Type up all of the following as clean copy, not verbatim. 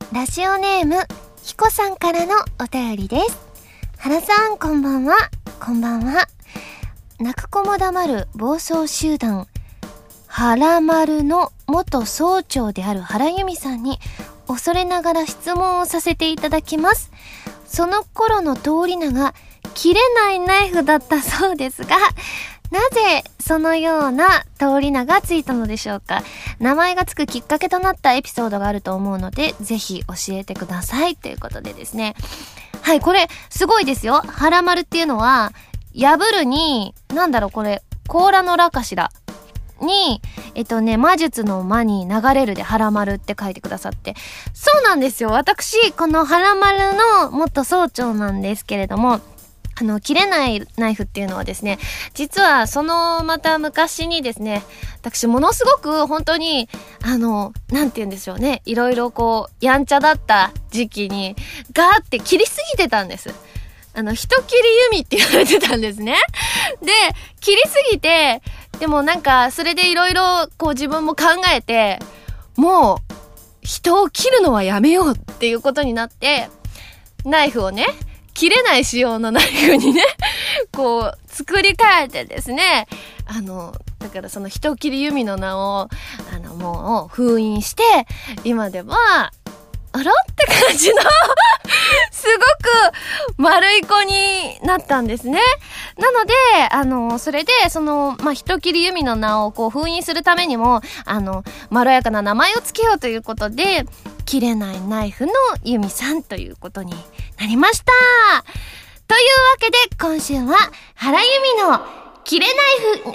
ラジオネームひこさんからのお便りです。原さん、こんばんは。こんばんは。泣く子も黙る暴走集団はらまるの元総長である原由美さんに恐れながら質問をさせていただきます。その頃の通り名が切れないナイフだったそうですが、なぜそのような通り名がついたのでしょうか。名前がつくきっかけとなったエピソードがあると思うので、ぜひ教えてくださいということでですね。はい、これすごいですよ。はらまるっていうのは破るに、これ甲羅のらかしらに魔術の魔に流れるではらまるって書いてくださって、そうなんですよ。私このはらまるの元総長なんですけれども、切れないナイフっていうのはですね、実はそのまた昔にですね、私ものすごく本当になんて言うんでしょうね、いろいろこうやんちゃだった時期にガーって切りすぎてたんです。人切り弓って言われてたんですね。で、切りすぎて、でもそれでいろいろこう自分も考えて、もう人を切るのはやめようっていうことになって、ナイフをね、切れない仕様のナイフにね、こう作り変えてですね、だからその人切り弓の名をもう封印して、今ではあらって感じのすごく丸い子になったんですね。なのでそれで人切り弓の名をこう封印するためにもまろやかな名前をつけようということで、切れないナイフの弓さんということになりました。というわけで今週は原由美の切れないナイフラ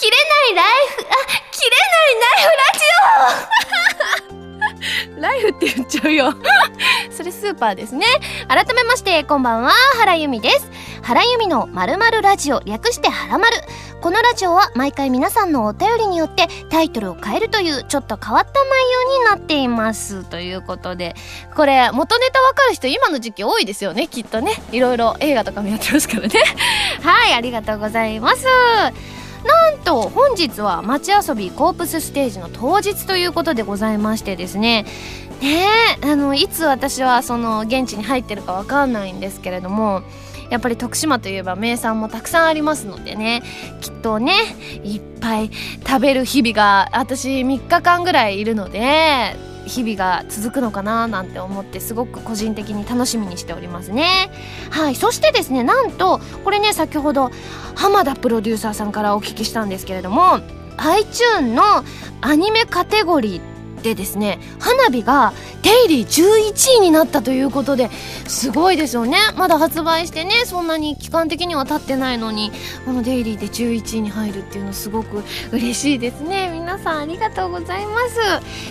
ジオライフって言っちゃうよそれスーパーですね。改めましてこんばんは、原由美です。原由美の〇〇ラジオ、略してはらまる。このラジオは毎回皆さんのお便りによってタイトルを変えるというちょっと変わった内容になっていますということで、これ元ネタわかる人今の時期多いですよね、きっとね。いろいろ映画とかもやってますからねはい、ありがとうございます。なんと本日は街遊びコープスステージの当日ということでございましてですね、いつ私はその現地に入ってるかわかんないんですけれども、やっぱり徳島といえば名産もたくさんありますのでね、きっとねいっぱい食べる日々が、私3日間ぐらいいるので日々が続くのかななんて思って、すごく個人的に楽しみにしておりますね。はい、そしてですね、なんとこれね、先ほど浜田プロデューサーさんからお聞きしたんですけれども、 iTunes のアニメカテゴリーでですね、花火がデイリー11位になったということで、すごいですよね。まだ発売してねそんなに期間的には経ってないのに、このデイリーで11位に入るっていうのすごく嬉しいですね。皆さんありがとうございます。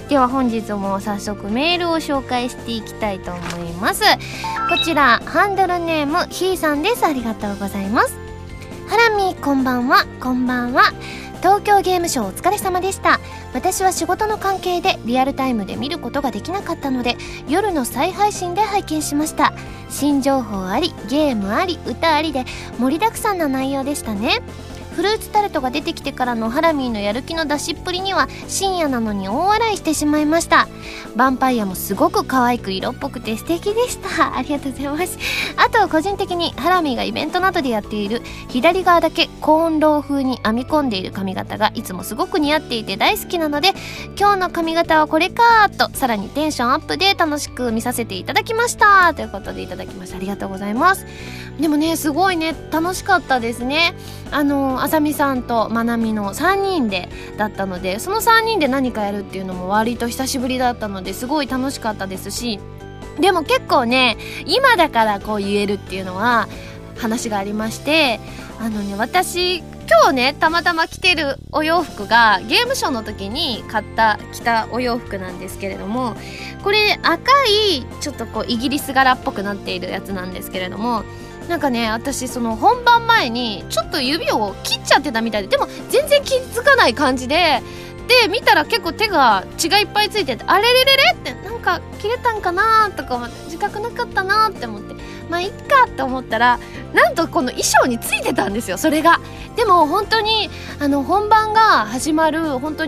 では本日も早速メールを紹介していきたいと思います。こちらハンドルネームひーさんです。ありがとうございます。ハラミこんばんは。こんばんは。東京ゲームショウお疲れ様でした。私は仕事の関係でリアルタイムで見ることができなかったので、夜の再配信で拝見しました。新情報あり、ゲームあり、歌ありで盛りだくさんな内容でしたね。フルーツタルトが出てきてからのハラミーのやる気の出しっぷりには深夜なのに大笑いしてしまいました。ヴァンパイアもすごく可愛く色っぽくて素敵でした。ありがとうございます。あと個人的にハラミーがイベントなどでやっている左側だけコーンロー風に編み込んでいる髪型がいつもすごく似合っていて大好きなので、今日の髪型はこれかとさらにテンションアップで楽しく見させていただきましたということでいただきました。ありがとうございます。でもね、すごいね、楽しかったですね。あさみさんとまなみの3人でだったので、その3人で何かやるっていうのも割と久しぶりだったのですごい楽しかったですし、でも結構ね、今だからこう言えるっていうのは話がありまして、私今日ねたまたま着てるお洋服がゲームショーの時に着たお洋服なんですけれども、これ赤いちょっとこうイギリス柄っぽくなっているやつなんですけれども、なんかね、私その本番前にちょっと指を切っちゃってたみたいで、でも全然気づかない感じで見たら結構手が血がいっぱいついてて、あれれれれってなんか切れたんかなとか思って、自覚なかったなって思って、まあいっかって思ったら、なんとこの衣装についてたんですよ、それが。でも本当に本番が始まる本当に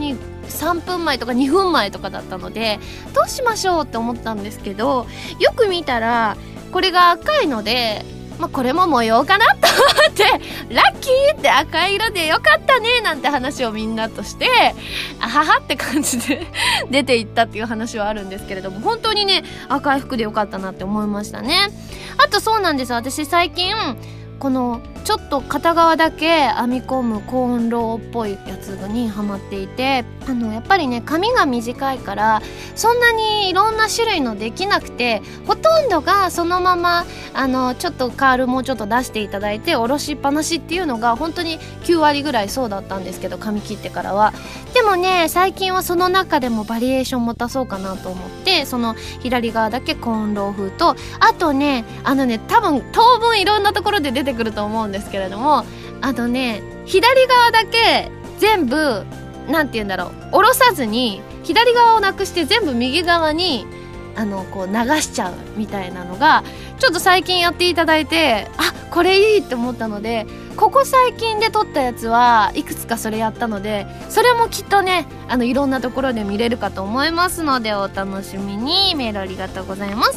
3分前とか2分前とかだったので、どうしましょうって思ったんですけど、よく見たらこれが赤いので、これも模様かなと思ってラッキーって赤い色でよかったねなんて話をみんなとして、あははって感じで出ていったっていう話はあるんですけれども、本当にね赤い服でよかったなって思いましたね。あとそうなんです、私最近このちょっと片側だけ編み込むコーンローっぽいやつにハマっていて、やっぱりね髪が短いからそんなにいろんな種類のできなくて、ほとんどがそのままちょっとカールもうちょっと出していただいて下ろしっぱなしっていうのが本当に9割ぐらいそうだったんですけど、髪切ってからは。でもね最近はその中でもバリエーション持たそうかなと思って、その左側だけコーンロー風と、あとね多分当分いろんなところで出てくると思うんですけれども、左側だけ全部なんて言うんだろう、下ろさずに左側をなくして全部右側にこう流しちゃうみたいなのがちょっと最近やっていただいて、あ、これいいって思ったので、ここ最近で撮ったやつはいくつかそれやったので、それもきっとねいろんなところで見れるかと思いますので、お楽しみに。メールありがとうございます。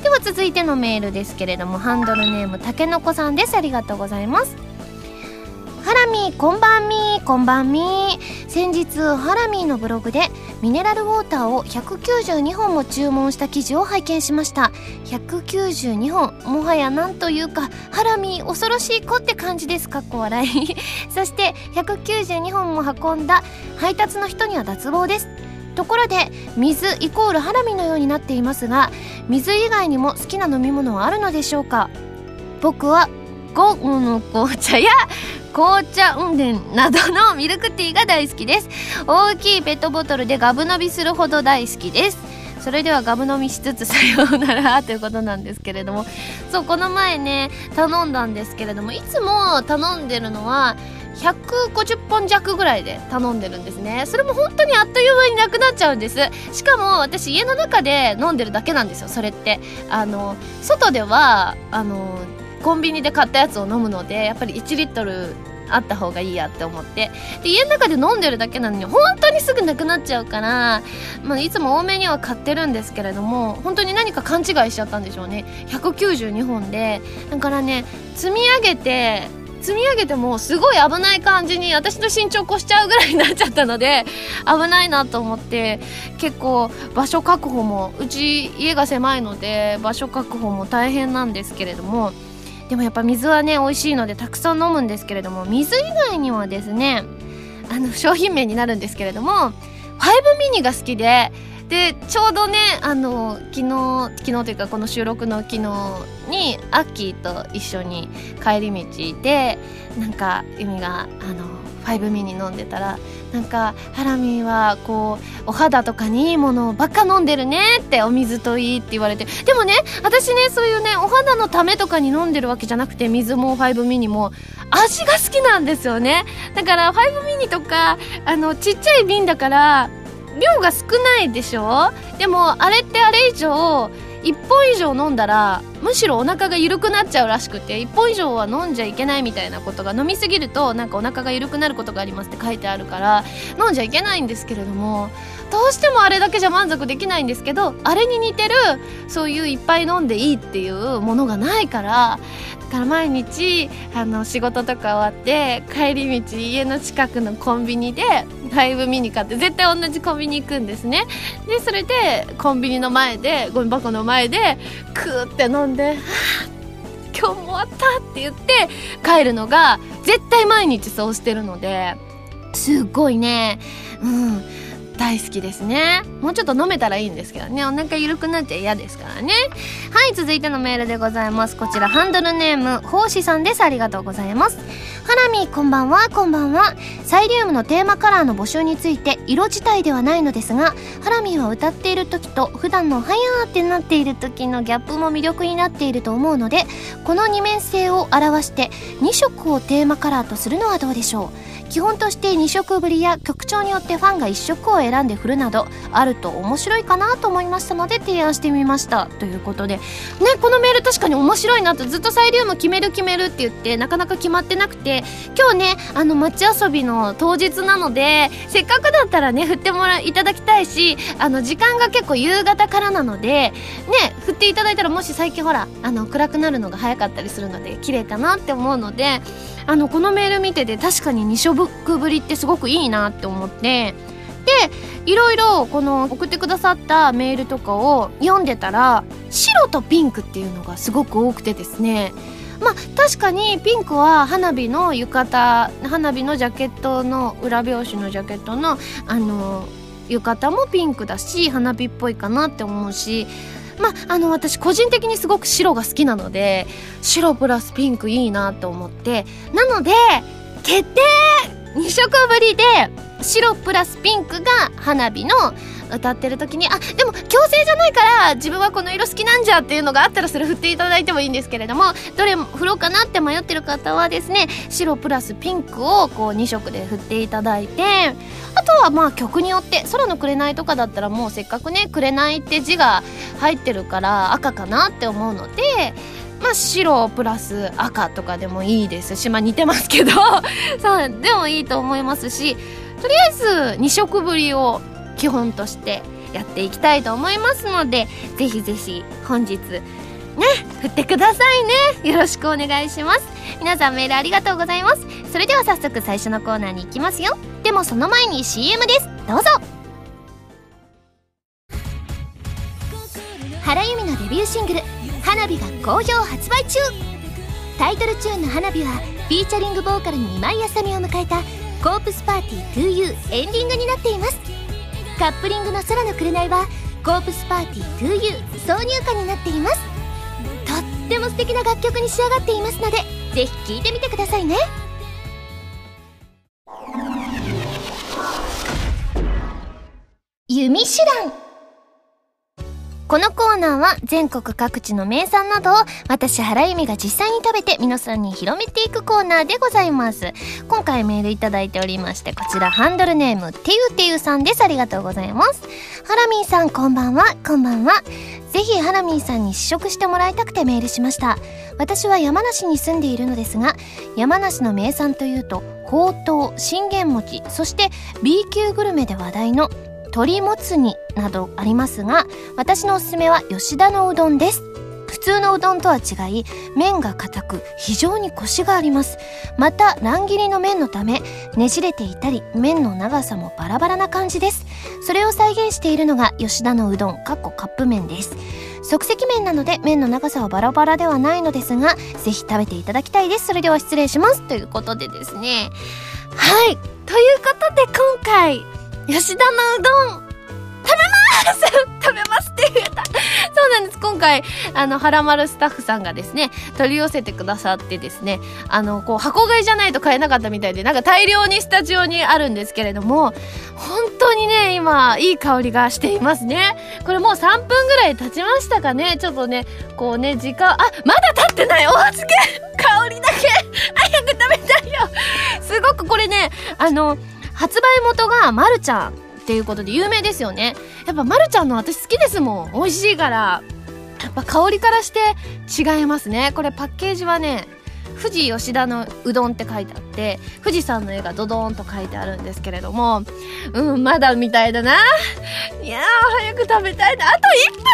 では続いてのメールですけれども、ハンドルネームたけのこさんです。ありがとうございます。ハラミこんばんみ、こんばんみ。先日ハラミのブログでミネラルウォーターを192本も注文した記事を拝見しました。192本、もはやなんというかハラミ恐ろしい子って感じです。かっこ笑いそして192本も運んだ配達の人には脱帽です。ところで水イコールハラミのようになっていますが、水以外にも好きな飲み物はあるのでしょうか。僕は午後の紅茶や紅茶運転などのミルクティーが大好きです。大きいペットボトルでガブ飲みするほど大好きです。それではガブ飲みしつつさようならということなんですけれども、そう、この前ね頼んだんですけれども、いつも頼んでるのは150本弱ぐらいで頼んでるんですね。それも本当にあっという間になくなっちゃうんです。しかも私家の中で飲んでるだけなんですよ。それって外ではコンビニで買ったやつを飲むので、やっぱり1リットルあった方がいいやって思って、で家の中で飲んでるだけなのに本当にすぐなくなっちゃうから、いつも多めには買ってるんですけれども、本当に何か勘違いしちゃったんでしょうね。192本で、だからね積み上げてもすごい危ない感じに私の身長越しちゃうぐらいになっちゃったので、危ないなと思って、結構場所確保も、うち家が狭いので場所確保も大変なんですけれども、でもやっぱ水はね美味しいのでたくさん飲むんですけれども、水以外にはですね商品名になるんですけれども5ミニが好きで、ちょうどね昨日というかこの収録の昨日にアッキーと一緒に帰り道で、なんかユミが5ミニ飲んでたら、なんかハラミはこうお肌とかにいいものばっか飲んでるねって、お水といいって言われて、でもね私ねそういうねお肌のためとかに飲んでるわけじゃなくて、水も5ミニも味が好きなんですよね。だから5ミニとかちっちゃい瓶だから量が少ないでしょ。でもあれってあれ以上1本以上飲んだらむしろお腹が緩くなっちゃうらしくて、1本以上は飲んじゃいけないみたいなことが、飲みすぎるとなんかお腹が緩くなることがありますって書いてあるから飲んじゃいけないんですけれども、どうしてもあれだけじゃ満足できないんですけど、あれに似てるそういういっぱい飲んでいいっていうものがないから、だから毎日仕事とか終わって帰り道家の近くのコンビニで5ミニ買って、絶対同じコンビニ行くんですね。でそれでコンビニの前でゴミ箱の前でクーって飲んで、はぁ今日も終わったって言って帰るのが絶対毎日そうしてるので、すっごいね大好きですね。もうちょっと飲めたらいいんですけどね、お腹緩くなっちゃ嫌ですからね。はい、続いてのメールでございます。こちらハンドルネームほうしさんです。ありがとうございます。ハラミこんばんは。こんばんは。サイリウムのテーマカラーの募集について、色自体ではないのですが、ハラミは歌っている時と普段のはやーってなっている時のギャップも魅力になっていると思うので、この二面性を表して2色をテーマカラーとするのはどうでしょう。基本として2色ぶりや曲調によってファンが1色を選んで振るなどあると面白いかなと思いましたので提案してみましたということでね、このメール確かに面白いなと、ずっとサイリウム決めるって言ってなかなか決まってなくて、 で、今日ね街遊びの当日なので、せっかくだったらね振っていただきたいし、時間が結構夕方からなのでね、振っていただいたら、もし最近ほら暗くなるのが早かったりするので綺麗かなって思うので、このメール見てて確かに2色ぶりってすごくいいなって思って、でいろいろこの送ってくださったメールとかを読んでたら、白とピンクっていうのがすごく多くてですね、まあ確かにピンクは花火の浴衣、花火のジャケットの裏表紙のジャケットの浴衣もピンクだし、花火っぽいかなって思うし、まあ私個人的にすごく白が好きなので、白プラスピンクいいなと思って、なので決定！2色ぶりで白プラスピンクが花火の歌ってる時に、でも強制じゃないから自分はこの色好きなんじゃっていうのがあったら、それ振っていただいてもいいんですけれども、どれ振ろうかなって迷ってる方はですね、白プラスピンクをこう2色で振っていただいて、あとはまあ曲によって、空の紅とかだったらもうせっかくね紅って字が入ってるから赤かなって思うので、まあ白プラス赤とかでもいいですし、まあ似てますけどそうでもいいと思いますし、とりあえず2色ぶりを基本としてやっていきたいと思いますので、ぜひぜひ本日ね振ってくださいね。よろしくお願いします。皆さんメールありがとうございます。それでは早速最初のコーナーに行きますよ。でもその前に CM です。どうぞ。原由美のデビューシングル花火が好評発売中。タイトルチューンの花火はフィーチャリングボーカルに今井あさみを迎えたコープスパーティー 2U エンディングになっています。カップリングの空の紅はコープスパーティー 2U 挿入歌になっています。とっても素敵な楽曲に仕上がっていますので、ぜひ聴いてみてくださいね。弓手段。このコーナーは全国各地の名産などを私原由美が実際に食べて皆さんに広めていくコーナーでございます。今回メールいただいておりまして、こちらハンドルネームてゆてゆさんです。ありがとうございます。ハラミーさんこんばんは。こんばんは。ぜひハラミーさんに試食してもらいたくてメールしました。私は山梨に住んでいるのですが、山梨の名産というとほうとう、信玄餅、そして B 級グルメで話題の鶏もつ煮などありますが、私のおすすめは吉田のうどんです。普通のうどんとは違い、麺が硬く非常にコシがあります。また乱切りの麺のためねじれていたり、麺の長さもバラバラな感じです。それを再現しているのが吉田のうどんカップ麺です。即席麺なので麺の長さはバラバラではないのですが、ぜひ食べていただきたいです。それでは失礼します。ということでですね、はい、ということで今回吉田のうどん食べますって言えた。そうなんです。今回はらまるスタッフさんがですね取り寄せてくださってですね、こう箱買いじゃないと買えなかったみたいで、なんか大量にスタジオにあるんですけれども、本当にね今いい香りがしていますね。これもう3分ぐらい経ちましたかね。ちょっとねこうね時間まだ経ってない。お預け香りだけ早く食べたいよ。すごくこれね発売元がまるちゃんっていうことで有名ですよね。やっぱまるちゃんの私好きですもん。美味しいから。やっぱ香りからして違いますね。これパッケージはね富士吉田のうどんって書いてあって、富士山の絵がドドーンと書いてあるんですけれども、まだみたいだな。いやー早く食べたいな。あと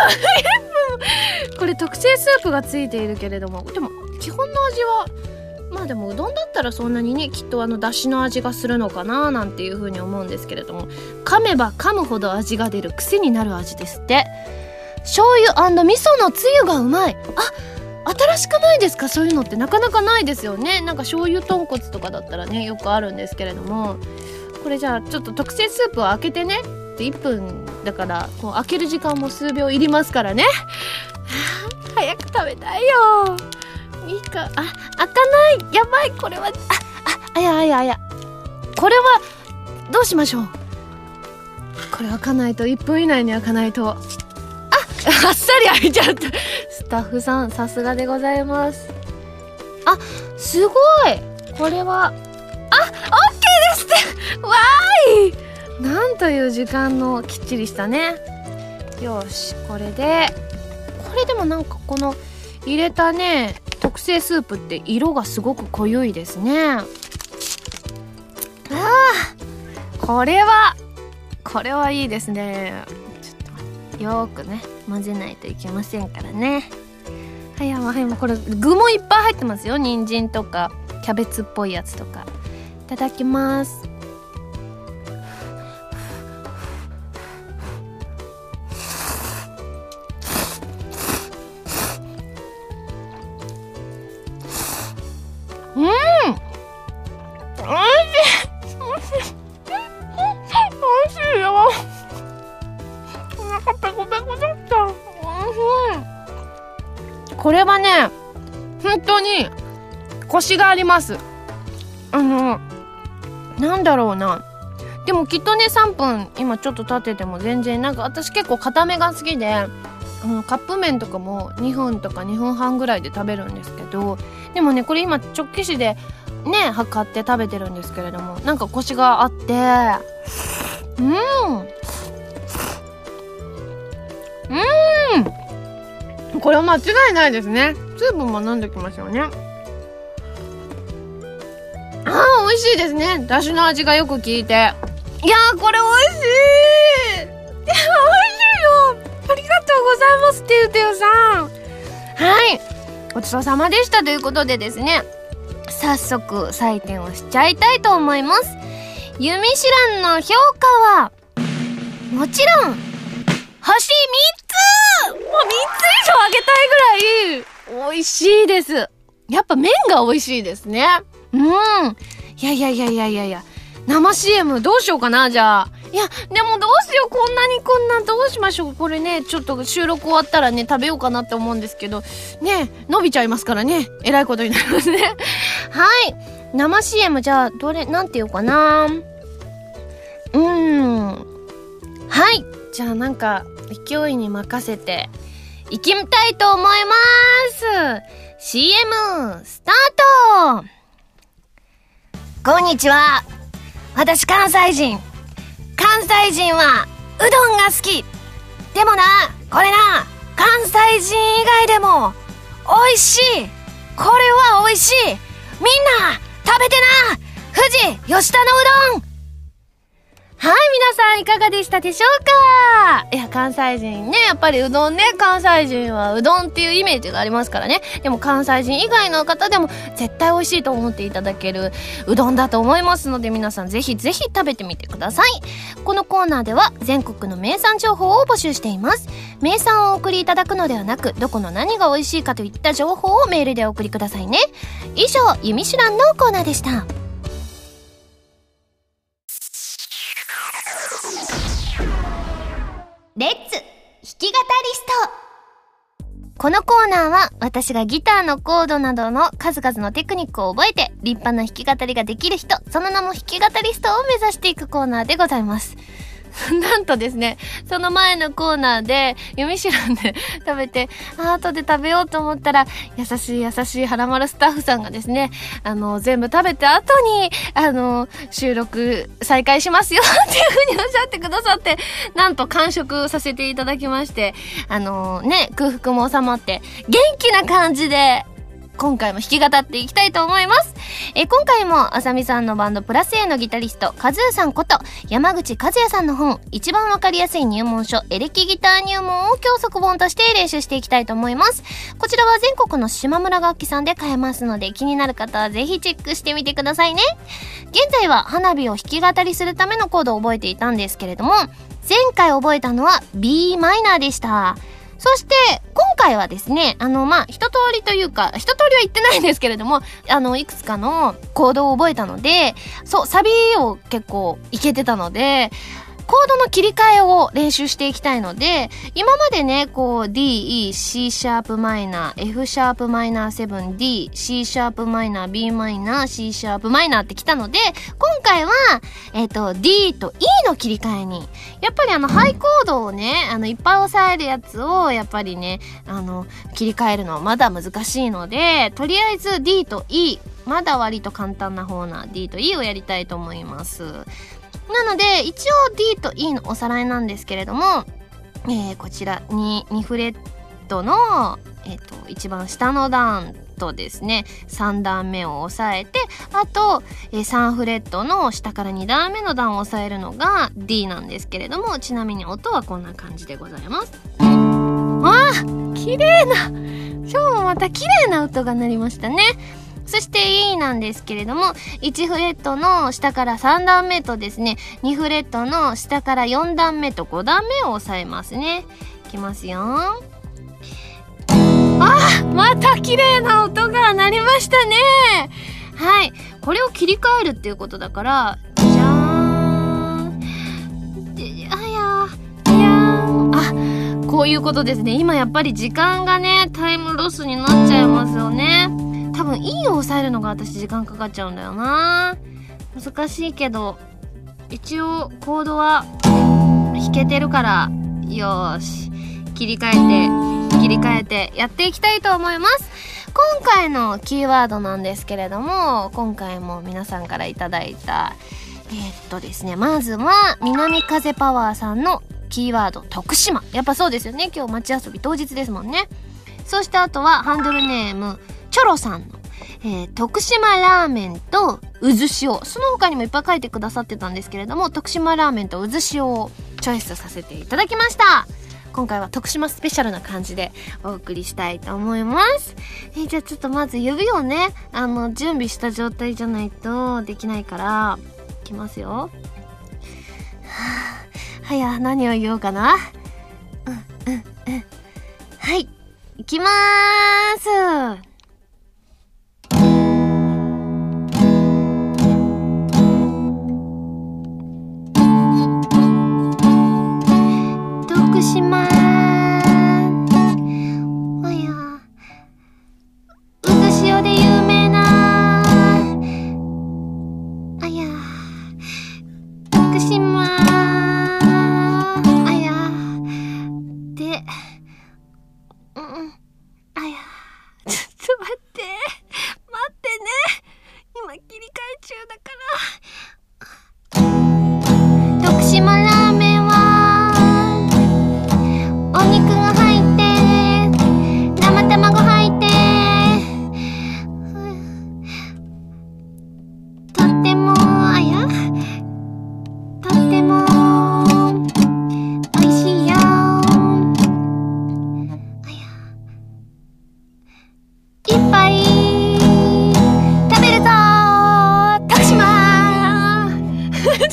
1分これ特製スープがついているけれども、でも基本の味はまあでもうどんだったらそんなにねきっとだしの味がするのかななんていう風に思うんですけれども、噛めば噛むほど味が出る癖になる味ですって。醤油&味噌のつゆがうまい。新しくないですか？そういうのってなかなかないですよね。なんか醤油豚骨とかだったらねよくあるんですけれども、これじゃあちょっと特製スープを開けてね、1分だからこう開ける時間も数秒いりますからね。早く食べたいよ。いいか、開かない。やばい。これはあやこれはどうしましょう。これ開かないと、1分以内に開かないと。あっさり開いちゃった。スタッフさんさすがでございます。すごい。これはオッケーですってわーい。なんという時間のきっちりしたね。よし、これでもなんかこの入れたね特製スープって色がすごく濃ゆいですね。これはいいですね。ちょっとよーくね混ぜないといけませんからね。はい、もうこれ具もいっぱい入ってますよ。人参とかキャベツっぽいやつとか。いただきます。これはね本当にコシがあります。なんだろうな、でもきっとね3分今ちょっと経ってても全然なんか私結構固めが好きで、カップ麺とかも2分とか2分半ぐらいで食べるんですけど、でもねこれ今直帰しでね測って食べてるんですけれども、なんかコシがあってこれは間違いないですね。スープも飲んできましょうね。美味しいですね。だしの味がよく効いて、いやーこれ美味しい。美味しいよ。ありがとうございますてゆてゆさん。はい、ごちそうさまでしたということでですね、早速採点をしちゃいたいと思います。ユミシュランの評価はもちろん星3つ、もう3つ以上あげたいぐらい美味しいです。やっぱ麺が美味しいですね。いや生 CM どうしようかな。じゃあいやでもどうしよう、こんなどうしましょう。これねちょっと収録終わったらね食べようかなって思うんですけどね、伸びちゃいますからね、えらいことになりますね。はい、生 CM じゃあなんて言おうかな。はい、じゃあなんか勢いに任せていきたいと思います。 CM スタート。こんにちは、私関西人はうどんが好き。でもな、これな、関西人以外でも美味しい。これは美味しい。みんな食べてな、富士吉田のうどん。はい、皆さんいかがでしたでしょうか。いや関西人ね、やっぱりうどんね、関西人はうどんっていうイメージがありますからね。でも関西人以外の方でも絶対美味しいと思っていただけるうどんだと思いますので、皆さんぜひぜひ食べてみてください。このコーナーでは全国の名産情報を募集しています。名産をお送りいただくのではなく、どこの何が美味しいかといった情報をメールでお送りくださいね。以上、ユミシュランのコーナーでした。レッツ弾き語りスト。このコーナーは私がギターのコードなどの数々のテクニックを覚えて立派な弾き語りができる人、その名も弾き語りストを目指していくコーナーでございます。なんとですね、その前のコーナーでユミシュランで食べて後で食べようと思ったら、優しいハラマルスタッフさんがですね、全部食べた後に収録再開しますよっていう風におっしゃってくださって、なんと完食させていただきまして、空腹も収まって元気な感じで今回も弾き語っていきたいと思います。今回もあさみさんのバンドプラス A のギタリストカズーさんこと山口和也さんの本、一番わかりやすい入門書エレキギター入門を教則本として練習していきたいと思います。こちらは全国の島村楽器さんで買えますので、気になる方はぜひチェックしてみてくださいね。現在は花火を弾き語りするためのコードを覚えていたんですけれども、前回覚えたのは B マイナーでした。そして今回はですね、一通りというか、一通りは言ってないんですけれども、いくつかのコードを覚えたので、サビを結構いけてたので、コードの切り替えを練習していきたいので、今までね、D、E、C シャープマイナー、F シャープマイナー7、D、C シャープマイナー、B マイナー、C シャープマイナーってきたので、今回は、D と E の切り替えに、やっぱりハイコードをね、いっぱい押さえるやつを、やっぱりね、切り替えるのはまだ難しいので、とりあえず D と E、まだ割と簡単な方な D と E をやりたいと思います。なので一応 D と E のおさらいなんですけれども、こちら2フレットの一番下の段とですね3段目を押さえて、あと、3フレットの下から2段目の段を押さえるのが D なんですけれども、ちなみに音はこんな感じでございます。綺麗な、今日もまた綺麗な音が鳴りましたね。そして E なんですけれども、1フレットの下から3段目とですね2フレットの下から4段目と5段目を押さえますね。いきますよ。また綺麗な音が鳴りましたね。はい、これを切り替えるっていうことだから、じゃーん、こういうことですね。今やっぱり時間がねタイムロスになっちゃいますよね。多分 E を抑えるのが私時間かかっちゃうんだよな。難しいけど一応コードは弾けてるから、よーし切り替えてやっていきたいと思います。今回のキーワードなんですけれども、今回も皆さんからいただいたですね、まずは南風パワーさんのキーワード徳島。やっぱそうですよね、今日街遊び当日ですもんね。そしてあとはハンドルネームチョロさんの、徳島ラーメンとうず塩、その他にもいっぱい書いてくださってたんですけれども、徳島ラーメンとうず塩をチョイスさせていただきました。今回は徳島スペシャルな感じでお送りしたいと思います。じゃあちょっとまず指をね準備した状態じゃないとできないからいきますよ。何を言おうかな。はい、いきまーす。徳島うず塩で有名な徳島でちょっと待ってね、今切り替え中だから。徳島ラーメンはお肉が入って生卵入ってとっても美味しいよ。いっぱい食べるぞー徳島ちょっとやっぱ切り替えが難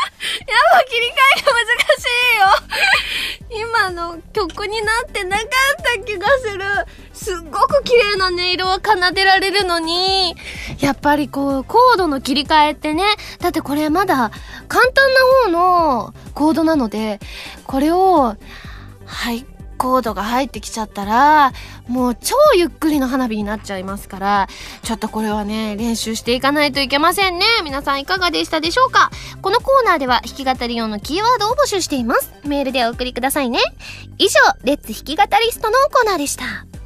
しいよ。今の曲になってなかった気がする。すっごく綺麗な音色は奏でられるのに、やっぱりこうコードの切り替えってね、だってこれまだ簡単な方のコードなので、これをコードが入ってきちゃったらもう超ゆっくりの花火になっちゃいますから、ちょっとこれはね練習していかないといけませんね。皆さんいかがでしたでしょうか。このコーナーでは弾き語り用のキーワードを募集しています。メールでお送りくださいね。以上、レッツ弾き語りストのコーナーでした。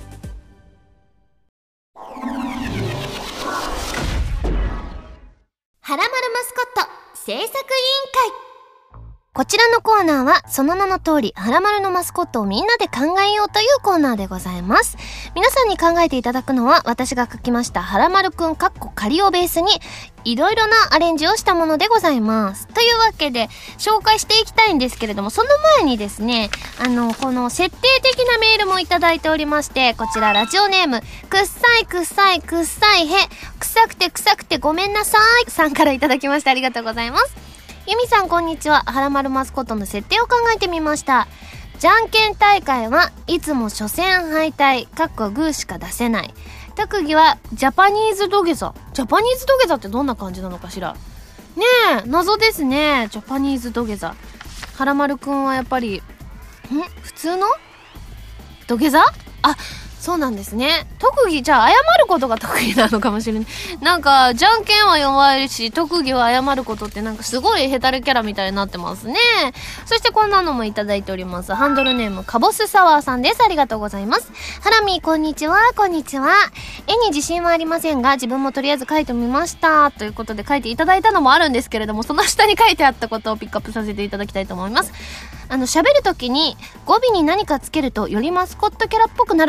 はらまるマスコット制作委員会。こちらのコーナーはその名の通り、はらまるのマスコットをみんなで考えようというコーナーでございます。皆さんに考えていただくのは、私が書きましたはらまるくん仮をベースにいろいろなアレンジをしたものでございます。というわけで紹介していきたいんですけれども、その前にですね、この設定的なメールもいただいておりまして、こちらラジオネームくっさいへ臭くてごめんなさいさんからいただきまして、ありがとうございます。ゆみさんこんにちは。はらまるマスコットの設定を考えてみました。じゃんけん大会はいつも初戦敗退グーしか出せない。特技はジャパニーズ土下座。ジャパニーズ土下座ってどんな感じなのかしらね。え、謎ですね。ジャパニーズ土下座。はらまるくんはやっぱり普通の土下座？そうなんですね。特技、じゃあ謝ることが得意なのかもしれない。なんかじゃんけんは弱いし、特技は謝ることってなんかすごいヘタレキャラみたいになってますね。そしてこんなのもいただいております。ハンドルネームカボスサワーさんです。ありがとうございます。ハラミーこんにちは。こんにちは。絵に自信はありませんが、自分もとりあえず書いてみましたということで書いていただいたのもあるんですけれども、その下に書いてあったことをピックアップさせていただきたいと思います。喋るときに語尾に何かつけるとよりマスコットキャラっぽくなると思い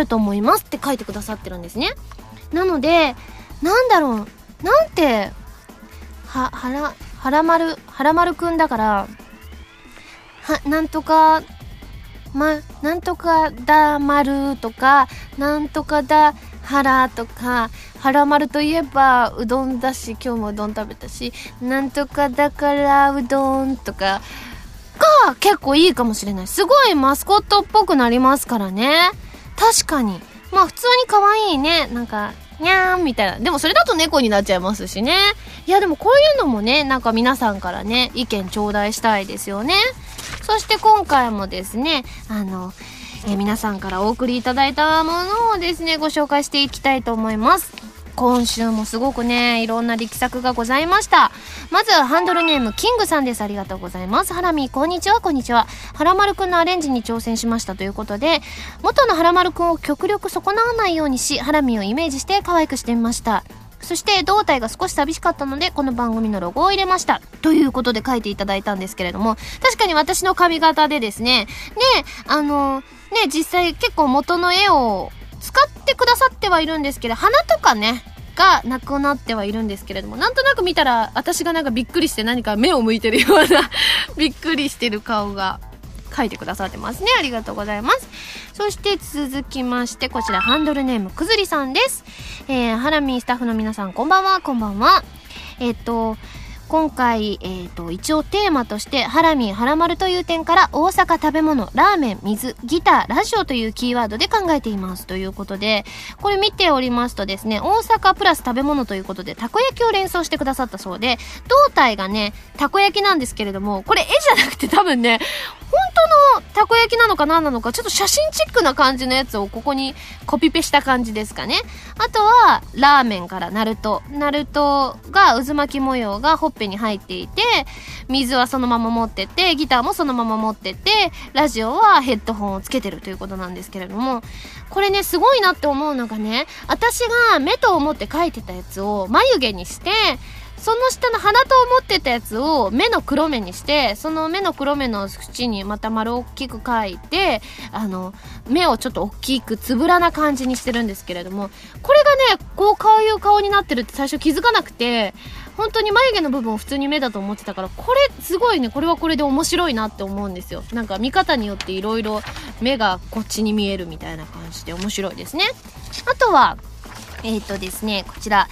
ますって書いてくださってるんですね。なのでなんだろう、なんてはらまるくんだからなんとかなんとかだまるとかなんとかだはらとか、はらまるといえばうどんだし、今日もうどん食べたし、なんとかだからうどんとかが結構いいかもしれない。すごいマスコットっぽくなりますからね。確かにまあ普通に可愛いね、なんかにゃーんみたいな。でもそれだと猫になっちゃいますしね。いやでもこういうのもね、なんか皆さんからね意見頂戴したいですよね。そして今回もですね皆さんからお送りいただいたものをですねご紹介していきたいと思います。今週もすごくねいろんな力作がございました。まずはハンドルネームキングさんです。ありがとうございます。ハラミこんにちは。こんにちは。はらまるくんのアレンジに挑戦しましたということで、元のはらまるくんを極力損なわないようにし、ハラミをイメージして可愛くしてみました。そして胴体が少し寂しかったのでこの番組のロゴを入れましたということで書いていただいたんですけれども、確かに私の髪型でですね実際結構元の絵を使ってくださってはいるんですけど、鼻とかねがなくなってはいるんですけれども、なんとなく見たら私がなんかびっくりして何か目を向いてるようなびっくりしてる顔が書いてくださってますね。ありがとうございます。そして続きましてこちらハンドルネームくずりさんです。ハラミスタッフの皆さんこんばんは。こんばんは。今回、一応テーマとしてハラミ、ハラマルという点から大阪食べ物、ラーメン、水、ギター、ラジオというキーワードで考えていますということで、これ見ておりますとですね、大阪プラス食べ物ということでたこ焼きを連想してくださったそうで、胴体がねたこ焼きなんですけれども、これ絵じゃなくて多分ね本当のたこ焼きなのか何なのか、ちょっと写真チックな感じのやつをここにコピペした感じですかね。あとはラーメンからナルトが渦巻き模様がほっぺに入っていて、水はそのまま持ってて、ギターもそのまま持ってて、ラジオはヘッドホンをつけてるということなんですけれども、これねすごいなって思うのがね、私が目と思って描いてたやつを眉毛にして、その下の鼻と思ってたやつを目の黒目にして、その目の黒目の縁にまた丸大きく描いて、目をちょっと大きくつぶらな感じにしてるんですけれども、これがねこういう顔になってるって最初気づかなくて、本当に眉毛の部分を普通に目だと思ってたから、これすごいね、これはこれで面白いなって思うんですよ。なんか見方によっていろいろ目がこっちに見えるみたいな感じで面白いですね。あとはですね、こちら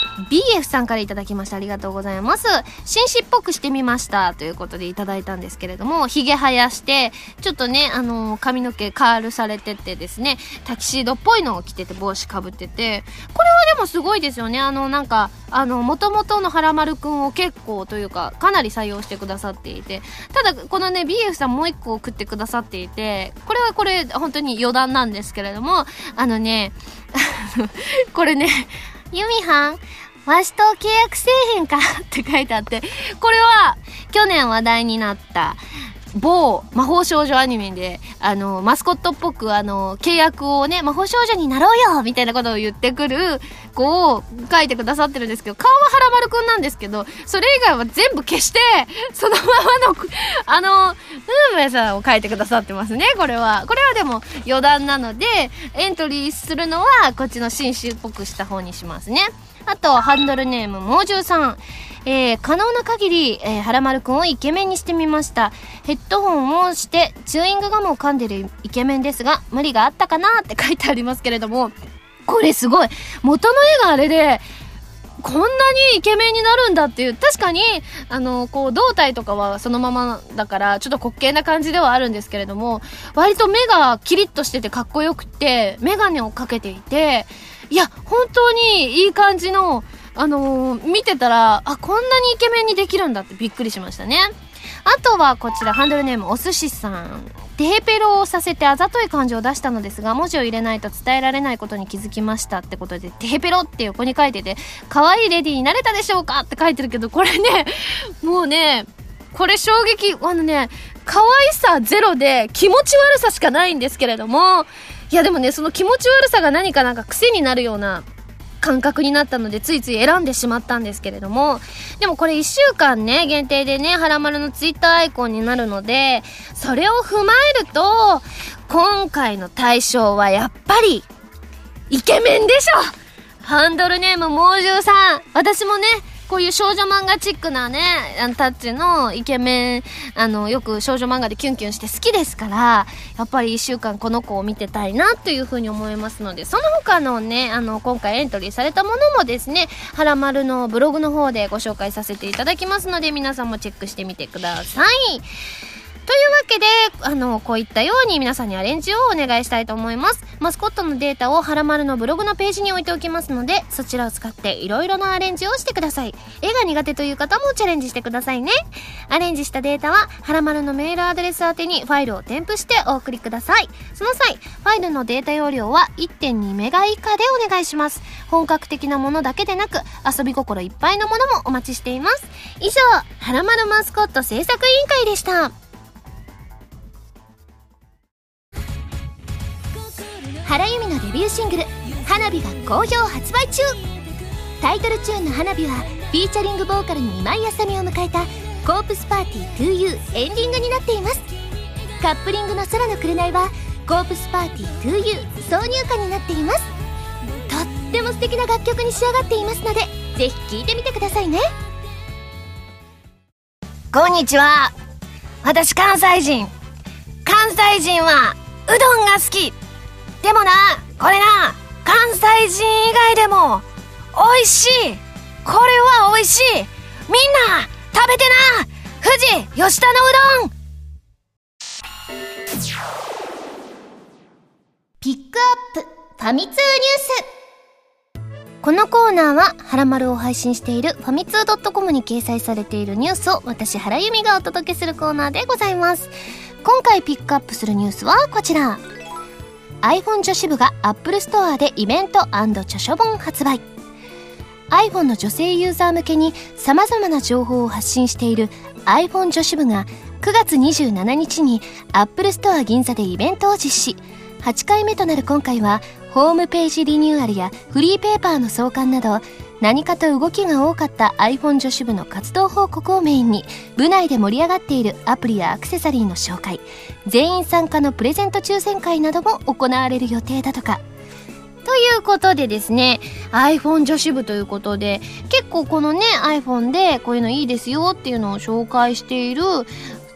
BF さんからいただきました。ありがとうございます。紳士っぽくしてみましたということでいただいたんですけれども、ひげ生やしてちょっとね髪の毛カールされててですね、タキシードっぽいのを着てて帽子かぶってて、これはでもすごいですよね。なんか元々のはらまるくんを結構というかかなり採用してくださっていて、ただこのね BF さんもう一個送ってくださっていて、これ本当に余談なんですけれども、これねユミハンわしと契約せえへんかって書いてあって、これは去年話題になった某魔法少女アニメでマスコットっぽく契約をね、魔法少女になろうよみたいなことを言ってくる子を書いてくださってるんですけど、顔ははらまるくんなんですけど、それ以外は全部消してそのままのウーメさんを書いてくださってますね。これはでも余談なので、エントリーするのはこっちの紳士っぽくした方にしますね。あとハンドルネーム猛獣さん、可能な限り、はらまるくんをイケメンにしてみました。ヘッドホンをしてチューイングガムを噛んでるイケメンですが、無理があったかなって書いてありますけれども、これすごい元の絵があれでこんなにイケメンになるんだっていう。確かにこう胴体とかはそのままだからちょっと滑稽な感じではあるんですけれども、割と目がキリッとしててかっこよくて、メガネをかけていて、いや本当にいい感じの見てたらこんなにイケメンにできるんだってびっくりしましたね。あとはこちらハンドルネームお寿司さん、テヘペロをさせてあざとい感じを出したのですが、文字を入れないと伝えられないことに気づきましたってことで、テヘペロって横に書いてて、可愛いレディーになれたでしょうかって書いてるけど、これねもうねこれ衝撃。可愛さゼロで気持ち悪さしかないんですけれども、いやでもねその気持ち悪さがなんか癖になるような感覚になったので、ついつい選んでしまったんですけれども、でもこれ1週間ね限定でねはらまるのツイッターアイコンになるので、それを踏まえると今回の対象はやっぱりイケメンでしょ。ハンドルネーム猛獣さん。私もね、こういう少女漫画チックなね、タッチのイケメン、よく少女漫画でキュンキュンして好きですから、やっぱり1週間この子を見てたいなというふうに思いますので、その他のね、今回エントリーされたものもですね、はらまるのブログの方でご紹介させていただきますので、皆さんもチェックしてみてください。というわけで、こういったように皆さんにアレンジをお願いしたいと思います。マスコットのデータをはらまるのブログのページに置いておきますので、そちらを使っていろいろなアレンジをしてください。絵が苦手という方もチャレンジしてくださいね。アレンジしたデータははらまるのメールアドレス宛てにファイルを添付してお送りください。その際、ファイルのデータ容量は 1.2 メガ以下でお願いします。本格的なものだけでなく、遊び心いっぱいのものもお待ちしています。以上、はらまるマスコット制作委員会でした。原由美のデビューシングル「花火」が好評発売中。タイトルチューンの「花火」はフィーチャリングボーカルに今井あさみを迎えた「コープスパーティー 2U」エンディングになっています。カップリングの「空の紅」はコープスパーティー 2U 挿入歌になっています。とっても素敵な楽曲に仕上がっていますので、ぜひ聴いてみてくださいね。こんにちは、私関西人はうどんが好き。でもな、これな、関西人以外でも美味しい。これは美味しい。みんな食べてな、富士吉田のうどん。ピックアップファミ通ニュース。このコーナーははらまるを配信しているファミツー .com に掲載されているニュースを私原由美がお届けするコーナーでございます。今回ピックアップするニュースはこちら。iPhone 女子部が Apple Store でイベント&著書本発売。 iPhone の女性ユーザー向けに様々な情報を発信している iPhone 女子部が9月27日に Apple Store 銀座でイベントを実施。8回目となる今回はホームページリニューアルやフリーペーパーの創刊など何かと動きが多かった iPhone 女子部の活動報告をメインに、部内で盛り上がっているアプリやアクセサリーの紹介、全員参加のプレゼント抽選会なども行われる予定だとか。ということでですね、 iPhone 女子部ということで、結構このね iPhone でこういうのいいですよっていうのを紹介しているそういう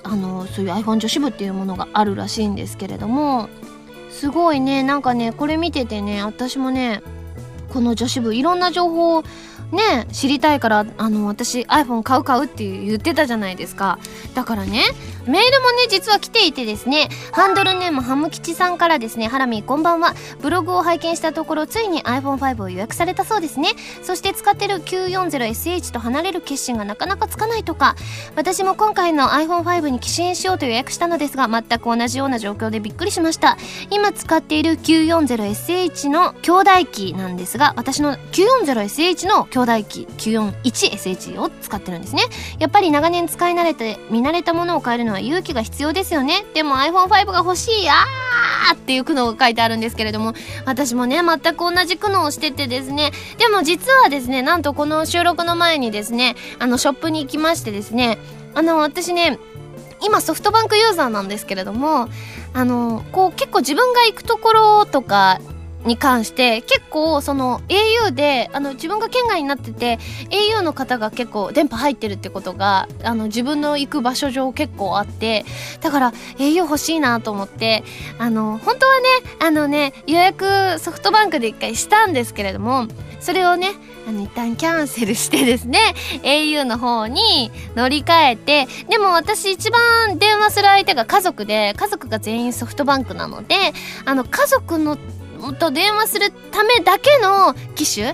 iPhone 女子部っていうものがあるらしいんですけれども、すごいね、なんかね、これ見ててね、私もね、この女子部いろんな情報をね知りたいから、私 iPhone 買うって言ってたじゃないですか。だからね、メールもね実は来ていてですね、ハンドルネームハム吉さんからですね、ハラミこんばんは、ブログを拝見したところついに iPhone5 を予約されたそうですね。そして使ってる 940SH と離れる決心がなかなかつかないとか。私も今回の iPhone5 に機種変しようと予約したのですが、全く同じような状況でびっくりしました。今使っている 940SH の兄弟機なんですが、私の 940SH の兄弟機 941SH を使ってるんですね。やっぱり長年使い慣れて見慣れたものを変えるのは勇気が必要ですよね。でも iPhone5 が欲しいっていう苦悩が書いてあるんですけれども、私もね全く同じ苦悩をしててですね、でも実はですね、なんとこの収録の前にですね、ショップに行きましてですね、私ね今ソフトバンクユーザーなんですけれども、こう結構自分が行くところとかに関して結構その au で自分が県外になってて au の方が結構電波入ってるってことが自分の行く場所上結構あって、だから au 欲しいなと思って本当はね予約ソフトバンクで一回したんですけれども、それをね一旦キャンセルしてですね au の方に乗り換えて、でも私一番電話する相手が家族で、家族が全員ソフトバンクなので家族のと電話するためだけの機種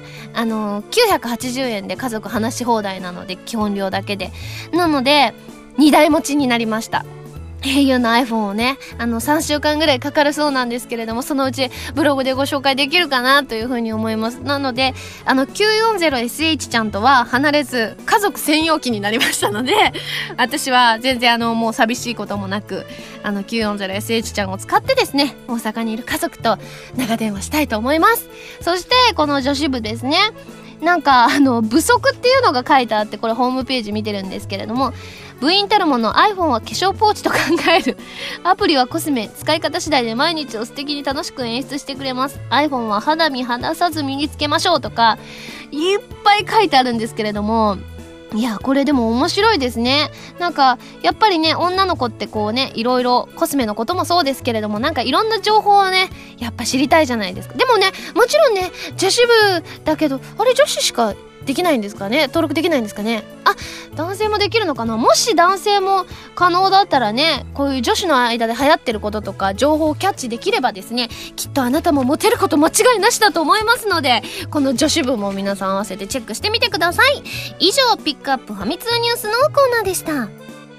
980円で家族話し放題なので、基本料だけで、なので2台持ちになりました。au の iPhone をね3週間ぐらいかかるそうなんですけれども、そのうちブログでご紹介できるかなというふうに思います。なので940SH ちゃんとは離れず家族専用機になりましたので、私は全然もう寂しいこともなく940SH ちゃんを使ってですね、大阪にいる家族と長電話したいと思います。そしてこの女子部ですね、なんか部則っていうのが書いてあって、これホームページ見てるんですけれども、 部員たるもの iPhone は化粧ポーチと考える。アプリはコスメ、使い方次第で毎日を素敵に楽しく演出してくれます。 iPhone は肌身離さず身につけましょうとかいっぱい書いてあるんですけれども、いやこれでも面白いですね。なんかやっぱりね、女の子ってこうね、いろいろコスメのこともそうですけれども、なんかいろんな情報をねやっぱ知りたいじゃないですか。でもね、もちろんね女子部だけど、あれ女子しかできないんですかね、登録できないんですかね。あ、男性もできるのかな。もし男性も可能だったらね、こういう女子の間で流行ってることとか情報をキャッチできればですね、きっとあなたもモテること間違いなしだと思いますので、この女子部も皆さん合わせてチェックしてみてください。以上、ピックアップファミ通ニュースのコーナーでした。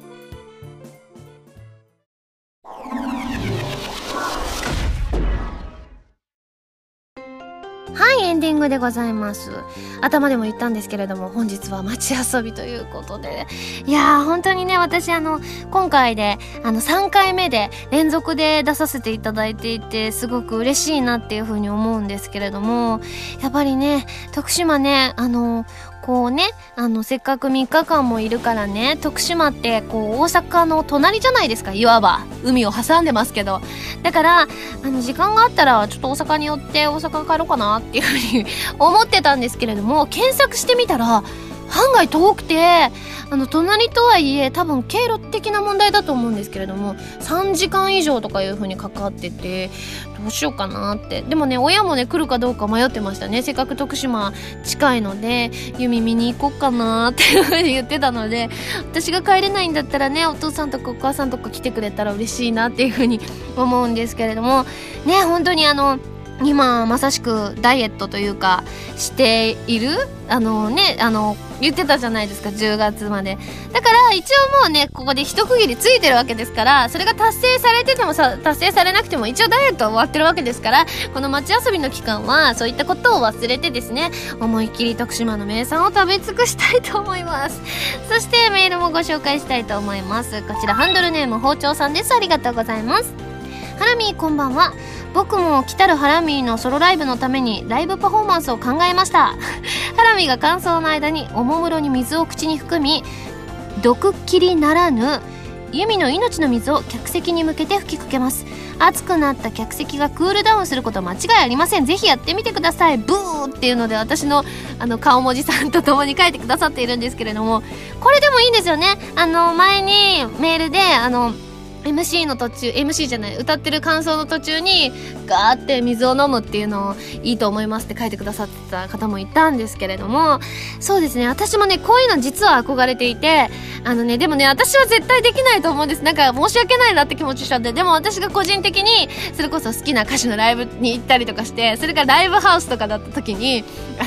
はい、エンディングでございます。頭でも言ったんですけれども、本日は街遊びということで、いやー本当にね、私今回で3回目で連続で出させていただいていて、すごく嬉しいなっていう風に思うんですけれども、やっぱりね、徳島ね、こうね、せっかく3日間もいるからね、徳島ってこう大阪の隣じゃないですか。いわば海を挟んでますけど、だから時間があったらちょっと大阪に寄って大阪帰ろうかなっていうふうに思ってたんですけれども、検索してみたら案外遠くて、隣とはいえ多分経路的な問題だと思うんですけれども、3時間以上とかいう風にかかってて、どうしようかなって。でもね、親もね来るかどうか迷ってましたね。せっかく徳島近いので弓見に行こうかなっていう風に言ってたので、私が帰れないんだったらね、お父さんとかお母さんとか来てくれたら嬉しいなっていう風に思うんですけれどもね、本当に今まさしくダイエットというかしている言ってたじゃないですか、10月まで。だから一応もうね、ここで一区切りついてるわけですから、それが達成されてても達成されなくても一応ダイエットは終わってるわけですから、この街遊びの期間はそういったことを忘れてですね、思いっきり徳島の名産を食べ尽くしたいと思います。そしてメールもご紹介したいと思います。こちらハンドルネーム包丁さんです。ありがとうございます。ハラミーこんばんは。僕も来たるハラミーのソロライブのためにライブパフォーマンスを考えました。ハラミーが間奏の間におもむろに水を口に含み、毒切りならぬ弓の命の水を客席に向けて吹きかけます。熱くなった客席がクールダウンすることは間違いありません。ぜひやってみてください。ブーっていうので、私の顔文字さんと共に書いてくださっているんですけれども、これでもいいんですよね。前にメールでMC の途中、MC じゃない、歌ってる感想の途中にガーって水を飲むっていうのをいいと思いますって書いてくださってた方もいたんですけれども、そうですね、私もねこういうの実は憧れていて、でもね私は絶対できないと思うんです。なんか申し訳ないなって気持ちしたんで。でも私が個人的にそれこそ好きな歌手のライブに行ったりとかして、それからライブハウスとかだった時に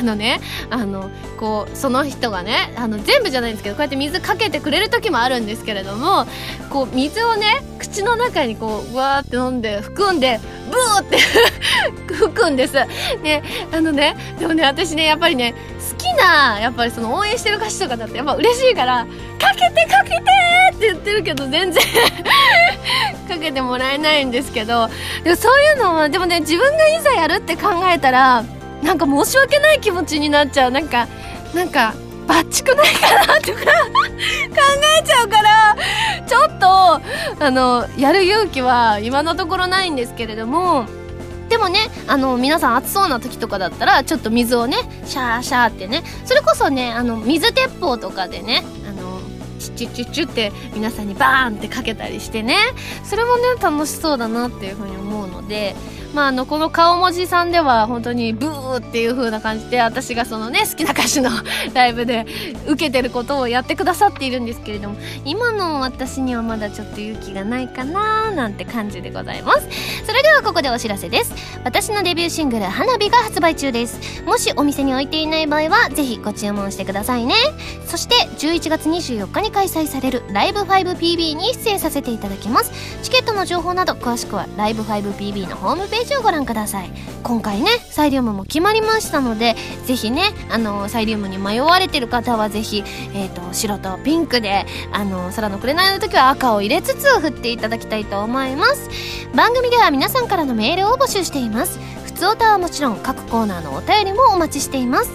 こうその人がね全部じゃないんですけど、こうやって水かけてくれる時もあるんですけれども、こう水をね口の中にこうわーって飲んで含んでブーって吹くんです。ででもね私ねやっぱりね好きなやっぱりその応援してる歌手とかだってやっぱ嬉しいからかけてかけてって言ってるけど全然かけてもらえないんですけど、でもそういうのはでもね自分がいざやるって考えたらなんか申し訳ない気持ちになっちゃう。なんかバッチくないかなとか考えちゃうから、ちょっとやる勇気は今のところないんですけれども、でもね皆さん暑そうな時とかだったらちょっと水をねシャーシャーってね、それこそね水鉄砲とかでねチュッチュッチュって皆さんにバーンってかけたりしてね、それもね楽しそうだなっていうふうに思うので、この顔文字さんでは本当にブーっていう風な感じで私がそのね好きな歌手のライブで受けてることをやってくださっているんですけれども、今の私にはまだちょっと勇気がないかななんて感じでございます。それではここでお知らせです。私のデビューシングル花火が発売中です。もしお店に置いていない場合はぜひご注文してくださいね。そして11月24日に開催されるライブ 5PB に出演させていただきます。チケットの情報など詳しくはライブ 5PB のホームページをご覧ください。今回ねサイリウムも決まりましたので、ぜひねサイリウムに迷われてる方はぜひ、白とピンクで空の紅の時は赤を入れつつ振っていただきたいと思います。番組では皆さんからのメールを募集しています。普通歌はもちろん各コーナーのお便りもお待ちしています。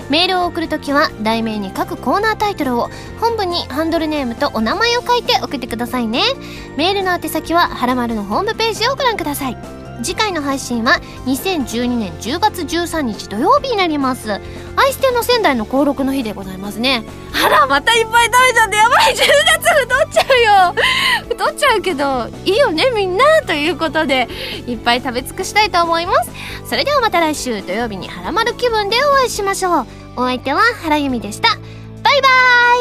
メールを送るときは題名に各コーナータイトルを、本文にハンドルネームとお名前を書いて送ってくださいね。メールの宛先ははらまるのホームページをご覧ください。次回の配信は2012年10月13日土曜日になります。アイステの仙台の登録の日でございますね。あら、またいっぱい食べちゃってやばい。10月太っちゃうよ。太っちゃうけどいいよねみんな、ということでいっぱい食べ尽くしたいと思います。それではまた来週土曜日にはらまる気分でお会いしましょう。お相手は原由美でした。バイバーイ。